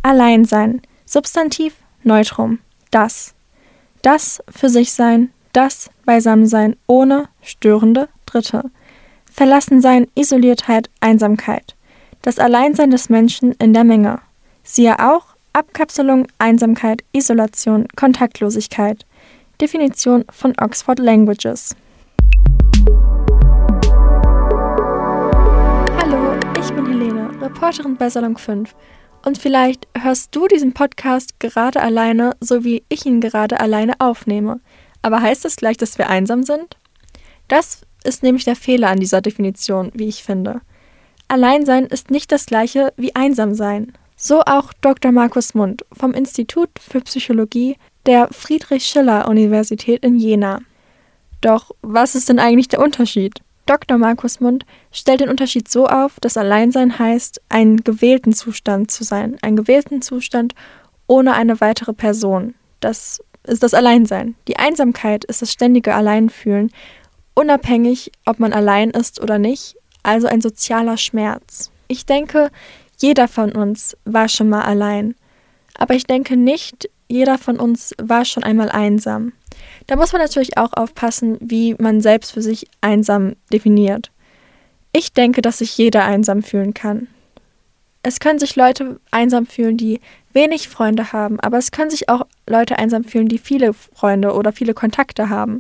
Alleinsein. Substantiv, Neutrum. Das. Das für sich sein, das Beisammensein ohne störende Dritte. Verlassensein, Isoliertheit, Einsamkeit. Das Alleinsein des Menschen in der Menge. Siehe auch Abkapselung, Einsamkeit, Isolation, Kontaktlosigkeit. Definition von Oxford Languages. Hallo, ich bin Helene, Reporterin bei Salon 5. Und vielleicht hörst du diesen Podcast gerade alleine, so wie ich ihn gerade alleine aufnehme. Aber heißt das gleich, dass wir einsam sind? Das ist nämlich der Fehler an dieser Definition, wie ich finde. Alleinsein ist nicht das gleiche wie einsam sein. So auch Dr. Markus Mundt vom Institut für Psychologie der Friedrich-Schiller-Universität in Jena. Doch was ist denn eigentlich der Unterschied? Dr. Markus Mundt stellt den Unterschied so auf, dass Alleinsein heißt, einen gewählten Zustand zu sein. Einen gewählten Zustand ohne eine weitere Person. Das ist das Alleinsein. Die Einsamkeit ist das ständige Alleinfühlen, unabhängig, ob man allein ist oder nicht, also ein sozialer Schmerz. Ich denke, jeder von uns war schon mal allein. Aber ich denke nicht, jeder von uns war schon einmal einsam. Da muss man natürlich auch aufpassen, wie man selbst für sich einsam definiert. Ich denke, dass sich jeder einsam fühlen kann. Es können sich Leute einsam fühlen, die wenig Freunde haben, aber es können sich auch Leute einsam fühlen, die viele Freunde oder viele Kontakte haben.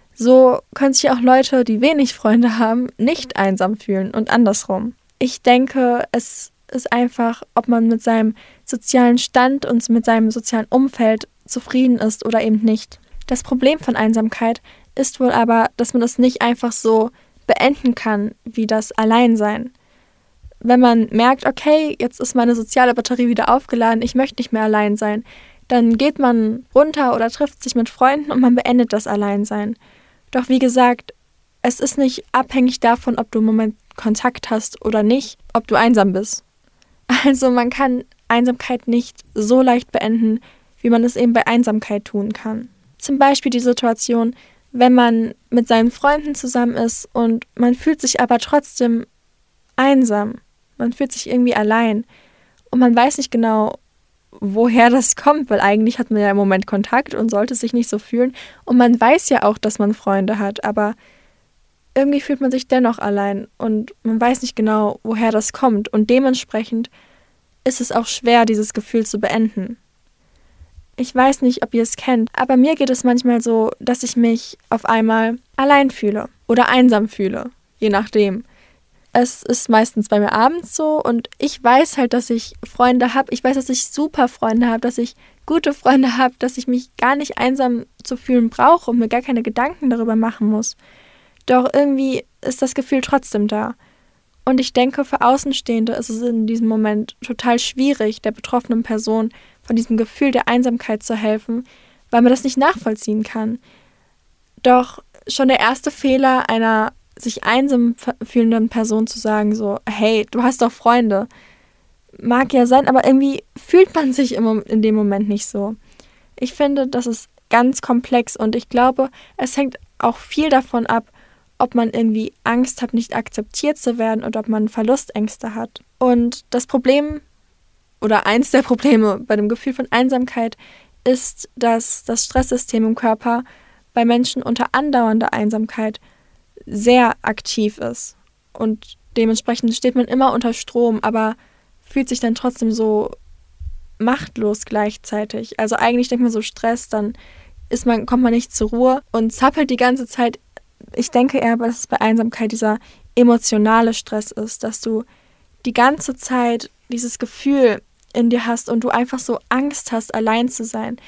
So können sich auch Leute, die wenig Freunde haben, nicht einsam fühlen und andersrum. Ich denke, es ist einfach, ob man mit seinem sozialen Stand und mit seinem sozialen Umfeld zufrieden ist oder eben nicht. Das Problem von Einsamkeit ist wohl aber, dass man es nicht einfach so beenden kann, wie das Alleinsein. Wenn man merkt, okay, jetzt ist meine soziale Batterie wieder aufgeladen, ich möchte nicht mehr allein sein, dann geht man runter oder trifft sich mit Freunden und man beendet das Alleinsein. Doch wie gesagt, es ist nicht abhängig davon, ob du im Moment Kontakt hast oder nicht, ob du einsam bist. Also man kann Einsamkeit nicht so leicht beenden, wie man es eben bei Einsamkeit tun kann. Zum Beispiel die Situation, wenn man mit seinen Freunden zusammen ist und man fühlt sich aber trotzdem einsam. Man fühlt sich irgendwie allein und man weiß nicht genau, woher das kommt, weil eigentlich hat man ja im Moment Kontakt und sollte sich nicht so fühlen. Und man weiß ja auch, dass man Freunde hat, aber irgendwie fühlt man sich dennoch allein und man weiß nicht genau, woher das kommt. Und dementsprechend ist es auch schwer, dieses Gefühl zu beenden. Ich weiß nicht, ob ihr es kennt, aber mir geht es manchmal so, dass ich mich auf einmal allein fühle oder einsam fühle, je nachdem. Es ist meistens bei mir abends so und ich weiß halt, dass ich Freunde habe. Ich weiß, dass ich super Freunde habe, dass ich gute Freunde habe, dass ich mich gar nicht einsam zu fühlen brauche und mir gar keine Gedanken darüber machen muss. Doch irgendwie ist das Gefühl trotzdem da. Und ich denke, für Außenstehende ist es in diesem Moment total schwierig, der betroffenen Person von diesem Gefühl der Einsamkeit zu helfen, weil man das nicht nachvollziehen kann. Doch schon der erste Fehler einer sich einsam fühlenden Person zu sagen, so, hey, du hast doch Freunde, mag ja sein, aber irgendwie fühlt man sich in dem Moment nicht so. Ich finde, das ist ganz komplex und ich glaube, es hängt auch viel davon ab, ob man irgendwie Angst hat, nicht akzeptiert zu werden oder ob man Verlustängste hat. Und das Problem oder eins der Probleme bei dem Gefühl von Einsamkeit ist, dass das Stresssystem im Körper bei Menschen unter andauernder Einsamkeit sehr aktiv ist. Und dementsprechend steht man immer unter Strom, aber fühlt sich dann trotzdem so machtlos gleichzeitig. Also eigentlich denkt man so Stress, dann kommt man nicht zur Ruhe und zappelt die ganze Zeit. Ich denke eher, dass es bei Einsamkeit dieser emotionale Stress ist, dass du die ganze Zeit dieses Gefühl in dir hast und du einfach so Angst hast, allein zu sein.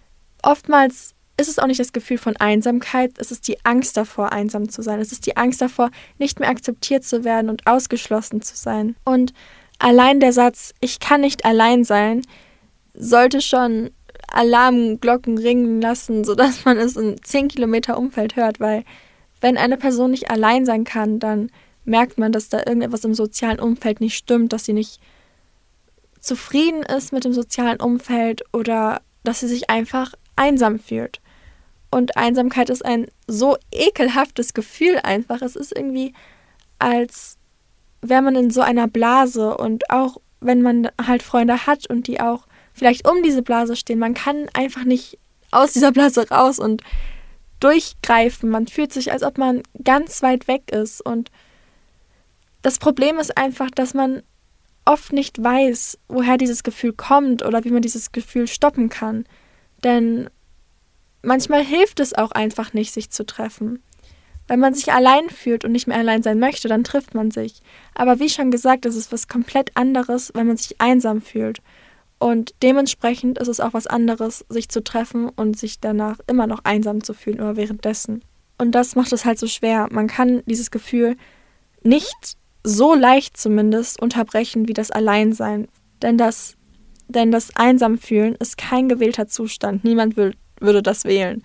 Oftmals ist es auch nicht das Gefühl von Einsamkeit, es ist die Angst davor, einsam zu sein. Es ist die Angst davor, nicht mehr akzeptiert zu werden und ausgeschlossen zu sein. Und allein der Satz, ich kann nicht allein sein, sollte schon Alarmglocken ringen lassen, sodass man es in 10 Kilometer Umfeld hört, weil wenn eine Person nicht allein sein kann, dann merkt man, dass da irgendetwas im sozialen Umfeld nicht stimmt, dass sie nicht zufrieden ist mit dem sozialen Umfeld oder dass sie sich einfach einsam fühlt. Und Einsamkeit ist ein so ekelhaftes Gefühl einfach. Es ist irgendwie, als wäre man in so einer Blase und auch wenn man halt Freunde hat und die auch vielleicht um diese Blase stehen, man kann einfach nicht aus dieser Blase raus und durchgreifen. Man fühlt sich, als ob man ganz weit weg ist. Und das Problem ist einfach, dass man oft nicht weiß, woher dieses Gefühl kommt oder wie man dieses Gefühl stoppen kann. Denn manchmal hilft es auch einfach nicht, sich zu treffen. Wenn man sich allein fühlt und nicht mehr allein sein möchte, dann trifft man sich. Aber wie schon gesagt, ist es was komplett anderes, wenn man sich einsam fühlt. Und dementsprechend ist es auch was anderes, sich zu treffen und sich danach immer noch einsam zu fühlen oder währenddessen. Und das macht es halt so schwer. Man kann dieses Gefühl nicht so leicht zumindest unterbrechen wie das Alleinsein. Denn das Einsamfühlen ist kein gewählter Zustand. Niemand würde das wählen.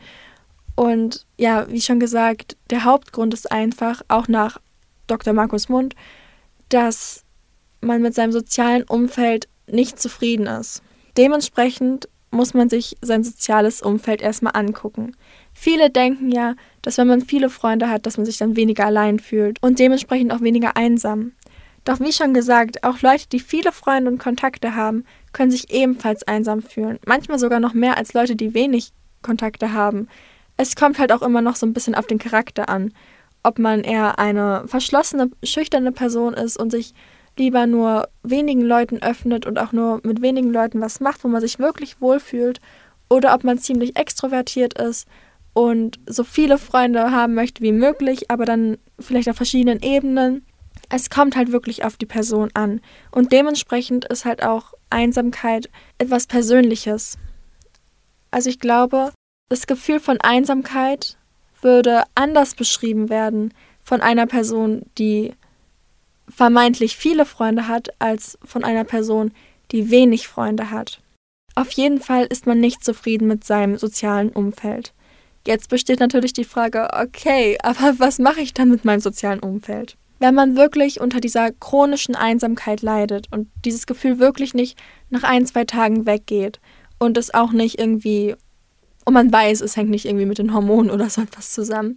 Und ja, wie schon gesagt, der Hauptgrund ist einfach, auch nach Dr. Markus Mund, dass man mit seinem sozialen Umfeld nicht zufrieden ist. Dementsprechend muss man sich sein soziales Umfeld erstmal angucken. Viele denken ja, dass wenn man viele Freunde hat, dass man sich dann weniger allein fühlt und dementsprechend auch weniger einsam. Doch wie schon gesagt, auch Leute, die viele Freunde und Kontakte haben, können sich ebenfalls einsam fühlen. Manchmal sogar noch mehr als Leute, die wenig Kontakte haben. Es kommt halt auch immer noch so ein bisschen auf den Charakter an. Ob man eher eine verschlossene, schüchterne Person ist und sich lieber nur wenigen Leuten öffnet und auch nur mit wenigen Leuten was macht, wo man sich wirklich wohlfühlt, oder ob man ziemlich extrovertiert ist und so viele Freunde haben möchte wie möglich, aber dann vielleicht auf verschiedenen Ebenen. Es kommt halt wirklich auf die Person an. Und dementsprechend ist halt auch Einsamkeit etwas Persönliches. Also ich glaube, das Gefühl von Einsamkeit würde anders beschrieben werden von einer Person, die vermeintlich viele Freunde hat, als von einer Person, die wenig Freunde hat. Auf jeden Fall ist man nicht zufrieden mit seinem sozialen Umfeld. Jetzt besteht natürlich die Frage, okay, aber was mache ich dann mit meinem sozialen Umfeld? Wenn man wirklich unter dieser chronischen Einsamkeit leidet und dieses Gefühl wirklich nicht nach 1-2 Tagen weggeht und es auch nicht irgendwie, und man weiß, es hängt nicht irgendwie mit den Hormonen oder so etwas zusammen,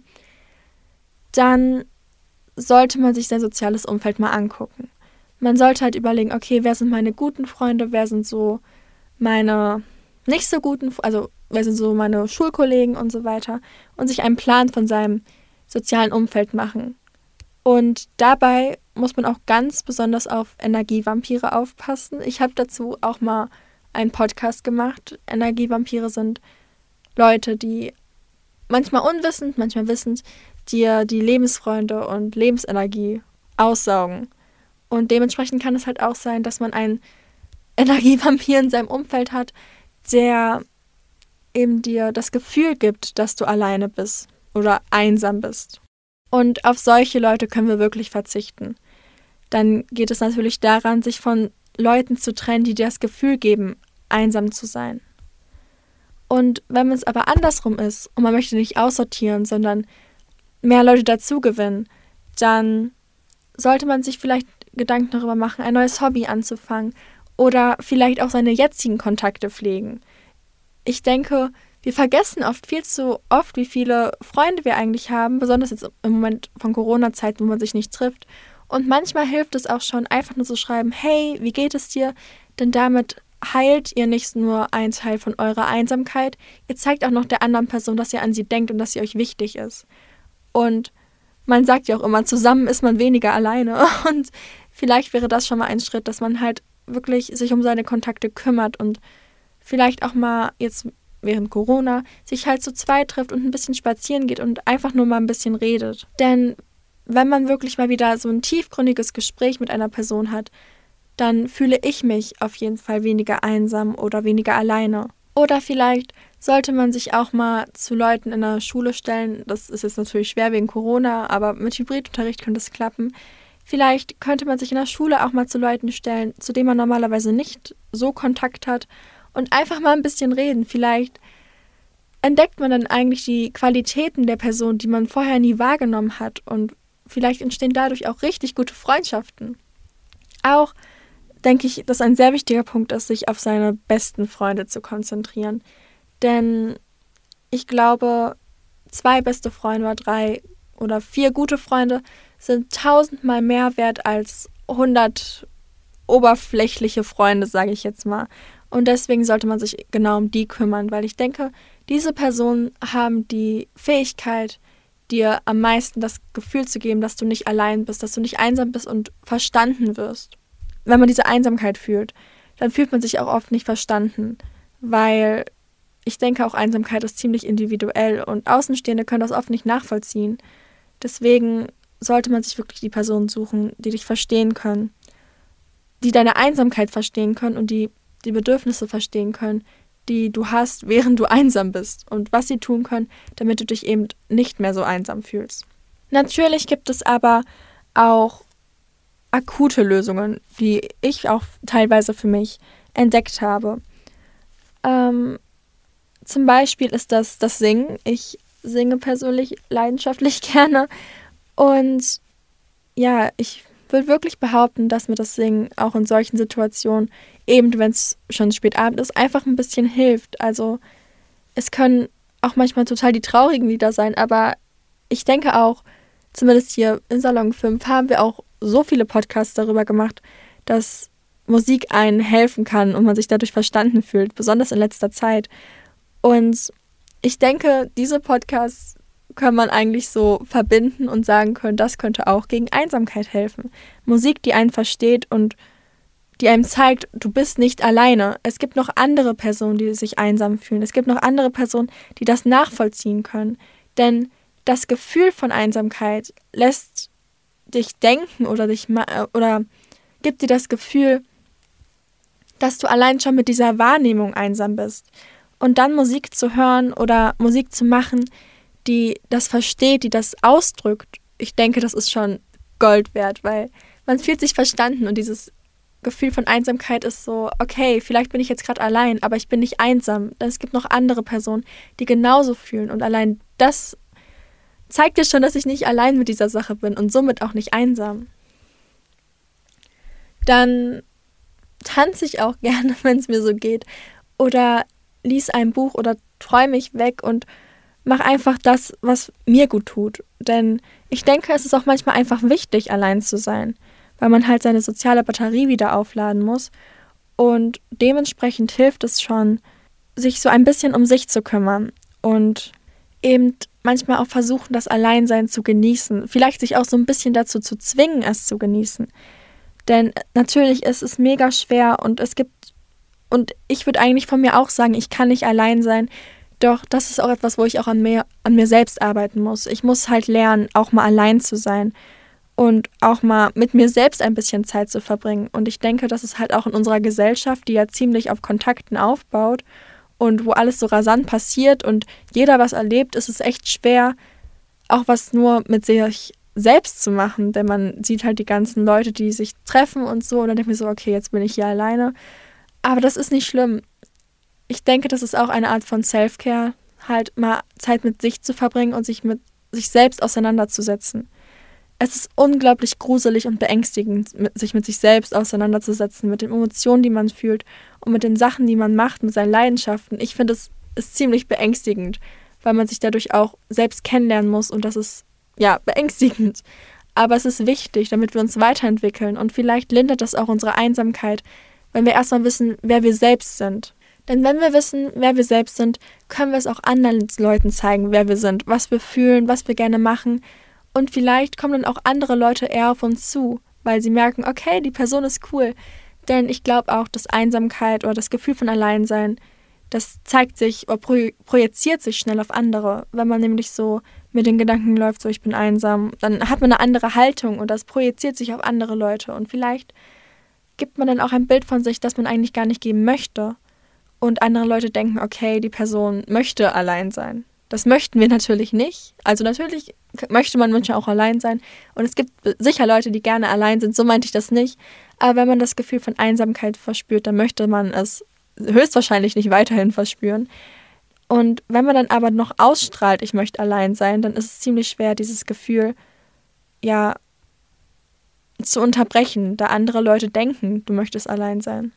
dann sollte man sich sein soziales Umfeld mal angucken. Man sollte halt überlegen, okay, wer sind meine guten Freunde, wer sind so meine nicht so guten, also wer sind so meine Schulkollegen und so weiter, und sich einen Plan von seinem sozialen Umfeld machen. Und dabei muss man auch ganz besonders auf Energievampire aufpassen. Ich habe dazu auch mal einen Podcast gemacht. Energievampire sind Leute, die manchmal unwissend, manchmal wissend dir die Lebensfreunde und Lebensenergie aussaugen. Und dementsprechend kann es halt auch sein, dass man einen Energievampir in seinem Umfeld hat, der eben dir das Gefühl gibt, dass du alleine bist oder einsam bist. Und auf solche Leute können wir wirklich verzichten. Dann geht es natürlich daran, sich von Leuten zu trennen, die dir das Gefühl geben, einsam zu sein. Und wenn es aber andersrum ist und man möchte nicht aussortieren, sondern mehr Leute dazu gewinnen, dann sollte man sich vielleicht Gedanken darüber machen, ein neues Hobby anzufangen oder vielleicht auch seine jetzigen Kontakte pflegen. Ich denke, wir vergessen oft viel zu oft, wie viele Freunde wir eigentlich haben, besonders jetzt im Moment von Corona-Zeit, wo man sich nicht trifft. Und manchmal hilft es auch schon, einfach nur zu schreiben, hey, wie geht es dir? Denn damit heilt ihr nicht nur einen Teil von eurer Einsamkeit, ihr zeigt auch noch der anderen Person, dass ihr an sie denkt und dass sie euch wichtig ist. Und man sagt ja auch immer, zusammen ist man weniger alleine. Und vielleicht wäre das schon mal ein Schritt, dass man halt wirklich sich um seine Kontakte kümmert und vielleicht auch mal jetzt während Corona sich halt zu zweit trifft und ein bisschen spazieren geht und einfach nur mal ein bisschen redet. Denn wenn man wirklich mal wieder so ein tiefgründiges Gespräch mit einer Person hat, dann fühle ich mich auf jeden Fall weniger einsam oder weniger alleine. Oder vielleicht sollte man sich auch mal zu Leuten in der Schule stellen. Das ist jetzt natürlich schwer wegen Corona, aber mit Hybridunterricht könnte es klappen. Vielleicht könnte man sich in der Schule auch mal zu Leuten stellen, zu denen man normalerweise nicht so Kontakt hat und einfach mal ein bisschen reden. Vielleicht entdeckt man dann eigentlich die Qualitäten der Person, die man vorher nie wahrgenommen hat, und vielleicht entstehen dadurch auch richtig gute Freundschaften. Auch denke ich, dass ein sehr wichtiger Punkt ist, sich auf seine besten Freunde zu konzentrieren. Denn ich glaube, 2 beste Freunde oder 3 oder 4 gute Freunde sind 1000-mal mehr wert als 100 oberflächliche Freunde, sage ich jetzt mal. Und deswegen sollte man sich genau um die kümmern, weil ich denke, diese Personen haben die Fähigkeit, dir am meisten das Gefühl zu geben, dass du nicht allein bist, dass du nicht einsam bist und verstanden wirst. Wenn man diese Einsamkeit fühlt, dann fühlt man sich auch oft nicht verstanden, weil ich denke, auch Einsamkeit ist ziemlich individuell und Außenstehende können das oft nicht nachvollziehen. Deswegen sollte man sich wirklich die Personen suchen, die dich verstehen können, die deine Einsamkeit verstehen können und die Bedürfnisse verstehen können, die du hast, während du einsam bist und was sie tun können, damit du dich eben nicht mehr so einsam fühlst. Natürlich gibt es aber auch akute Lösungen, die ich auch teilweise für mich entdeckt habe. Zum Beispiel ist das Singen. Ich singe persönlich leidenschaftlich gerne und ja, ich würde wirklich behaupten, dass mir das Singen auch in solchen Situationen, eben wenn es schon spät Abend ist, einfach ein bisschen hilft. Also es können auch manchmal total die traurigen Lieder sein, aber ich denke auch, zumindest hier in Salon 5 haben wir auch so viele Podcasts darüber gemacht, dass Musik einen helfen kann und man sich dadurch verstanden fühlt, besonders in letzter Zeit. Und ich denke, diese Podcasts kann man eigentlich so verbinden und sagen können, das könnte auch gegen Einsamkeit helfen. Musik, die einen versteht und die einem zeigt, du bist nicht alleine. Es gibt noch andere Personen, die sich einsam fühlen. Es gibt noch andere Personen, die das nachvollziehen können. Denn das Gefühl von Einsamkeit lässt dich denken oder gibt dir das Gefühl, dass du allein schon mit dieser Wahrnehmung einsam bist. Und dann Musik zu hören oder Musik zu machen, die das versteht, die das ausdrückt, ich denke, das ist schon Gold wert, weil man fühlt sich verstanden und dieses Gefühl von Einsamkeit ist so, okay, vielleicht bin ich jetzt gerade allein, aber ich bin nicht einsam. Denn es gibt noch andere Personen, die genauso fühlen und allein das zeigt dir schon, dass ich nicht allein mit dieser Sache bin und somit auch nicht einsam. Dann tanze ich auch gerne, wenn es mir so geht, oder lies ein Buch oder träume mich weg und mach einfach das, was mir gut tut. Denn ich denke, es ist auch manchmal einfach wichtig, allein zu sein, weil man halt seine soziale Batterie wieder aufladen muss. Und dementsprechend hilft es schon, sich so ein bisschen um sich zu kümmern und eben manchmal auch versuchen, das Alleinsein zu genießen. Vielleicht sich auch so ein bisschen dazu zu zwingen, es zu genießen. Denn natürlich ist es mega schwer und ich würde eigentlich von mir auch sagen, ich kann nicht allein sein. Doch das ist auch etwas, wo ich auch an mir selbst arbeiten muss. Ich muss halt lernen, auch mal allein zu sein und auch mal mit mir selbst ein bisschen Zeit zu verbringen. Und ich denke, das ist halt auch in unserer Gesellschaft, die ja ziemlich auf Kontakten aufbaut und wo alles so rasant passiert und jeder was erlebt, ist es echt schwer, auch was nur mit sich selbst zu machen. Denn man sieht halt die ganzen Leute, die sich treffen und so und dann denke ich mir so, okay, jetzt bin ich hier alleine. Aber das ist nicht schlimm. Ich denke, das ist auch eine Art von Self-Care, halt mal Zeit mit sich zu verbringen und sich mit sich selbst auseinanderzusetzen. Es ist unglaublich gruselig und beängstigend, sich mit sich selbst auseinanderzusetzen, mit den Emotionen, die man fühlt und mit den Sachen, die man macht, mit seinen Leidenschaften. Ich finde, es ist ziemlich beängstigend, weil man sich dadurch auch selbst kennenlernen muss und das ist, ja, beängstigend. Aber es ist wichtig, damit wir uns weiterentwickeln und vielleicht lindert das auch unsere Einsamkeit, wenn wir erstmal wissen, wer wir selbst sind. Denn wenn wir wissen, wer wir selbst sind, können wir es auch anderen Leuten zeigen, wer wir sind, was wir fühlen, was wir gerne machen. Und vielleicht kommen dann auch andere Leute eher auf uns zu, weil sie merken, okay, die Person ist cool. Denn ich glaube auch, dass Einsamkeit oder das Gefühl von Alleinsein, das zeigt sich oder projiziert sich schnell auf andere. Wenn man nämlich so mit den Gedanken läuft, so ich bin einsam, dann hat man eine andere Haltung und das projiziert sich auf andere Leute. Und vielleicht gibt man dann auch ein Bild von sich, das man eigentlich gar nicht geben möchte. Und andere Leute denken, okay, die Person möchte allein sein. Das möchten wir natürlich nicht. Also natürlich möchte man manchmal auch allein sein. Und es gibt sicher Leute, die gerne allein sind. So meinte ich das nicht. Aber wenn man das Gefühl von Einsamkeit verspürt, dann möchte man es höchstwahrscheinlich nicht weiterhin verspüren. Und wenn man dann aber noch ausstrahlt, ich möchte allein sein, dann ist es ziemlich schwer, dieses Gefühl, ja, zu unterbrechen, da andere Leute denken, du möchtest allein sein.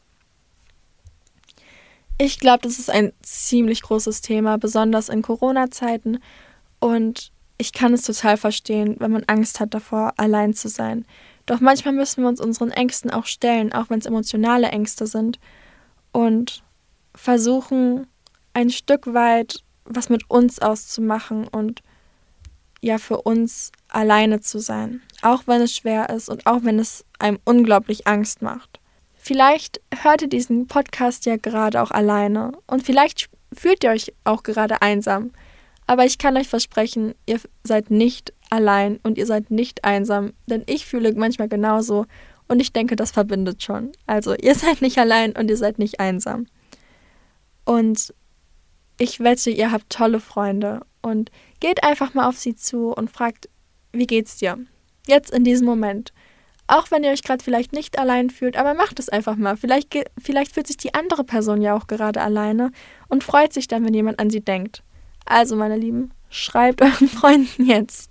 Ich glaube, das ist ein ziemlich großes Thema, besonders in Corona-Zeiten. Und ich kann es total verstehen, wenn man Angst hat davor, allein zu sein. Doch manchmal müssen wir uns unseren Ängsten auch stellen, auch wenn es emotionale Ängste sind, und versuchen, ein Stück weit was mit uns auszumachen und ja für uns alleine zu sein, auch wenn es schwer ist und auch wenn es einem unglaublich Angst macht. Vielleicht hört ihr diesen Podcast ja gerade auch alleine und vielleicht fühlt ihr euch auch gerade einsam, aber ich kann euch versprechen, ihr seid nicht allein und ihr seid nicht einsam, denn ich fühle manchmal genauso und ich denke, das verbindet schon. Also ihr seid nicht allein und ihr seid nicht einsam. Und ich wette, ihr habt tolle Freunde und geht einfach mal auf sie zu und fragt, wie geht's dir? Jetzt in diesem Moment. Auch wenn ihr euch gerade vielleicht nicht allein fühlt, aber macht es einfach mal. Vielleicht fühlt sich die andere Person ja auch gerade alleine und freut sich dann, wenn jemand an sie denkt. Also, meine Lieben, schreibt euren Freunden jetzt.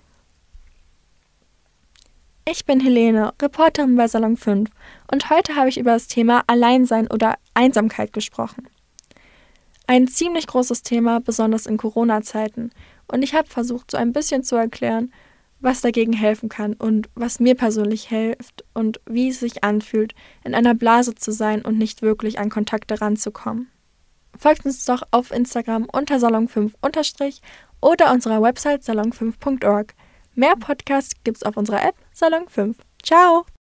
Ich bin Helene, Reporterin bei Salon 5 und heute habe ich über das Thema Alleinsein oder Einsamkeit gesprochen. Ein ziemlich großes Thema, besonders in Corona-Zeiten. Und ich habe versucht, so ein bisschen zu erklären, was dagegen helfen kann und was mir persönlich hilft und wie es sich anfühlt, in einer Blase zu sein und nicht wirklich an Kontakte ranzukommen. Folgt uns doch auf Instagram unter salon5_ oder unserer Website salon5.org. Mehr Podcasts gibt's auf unserer App Salon 5. Ciao!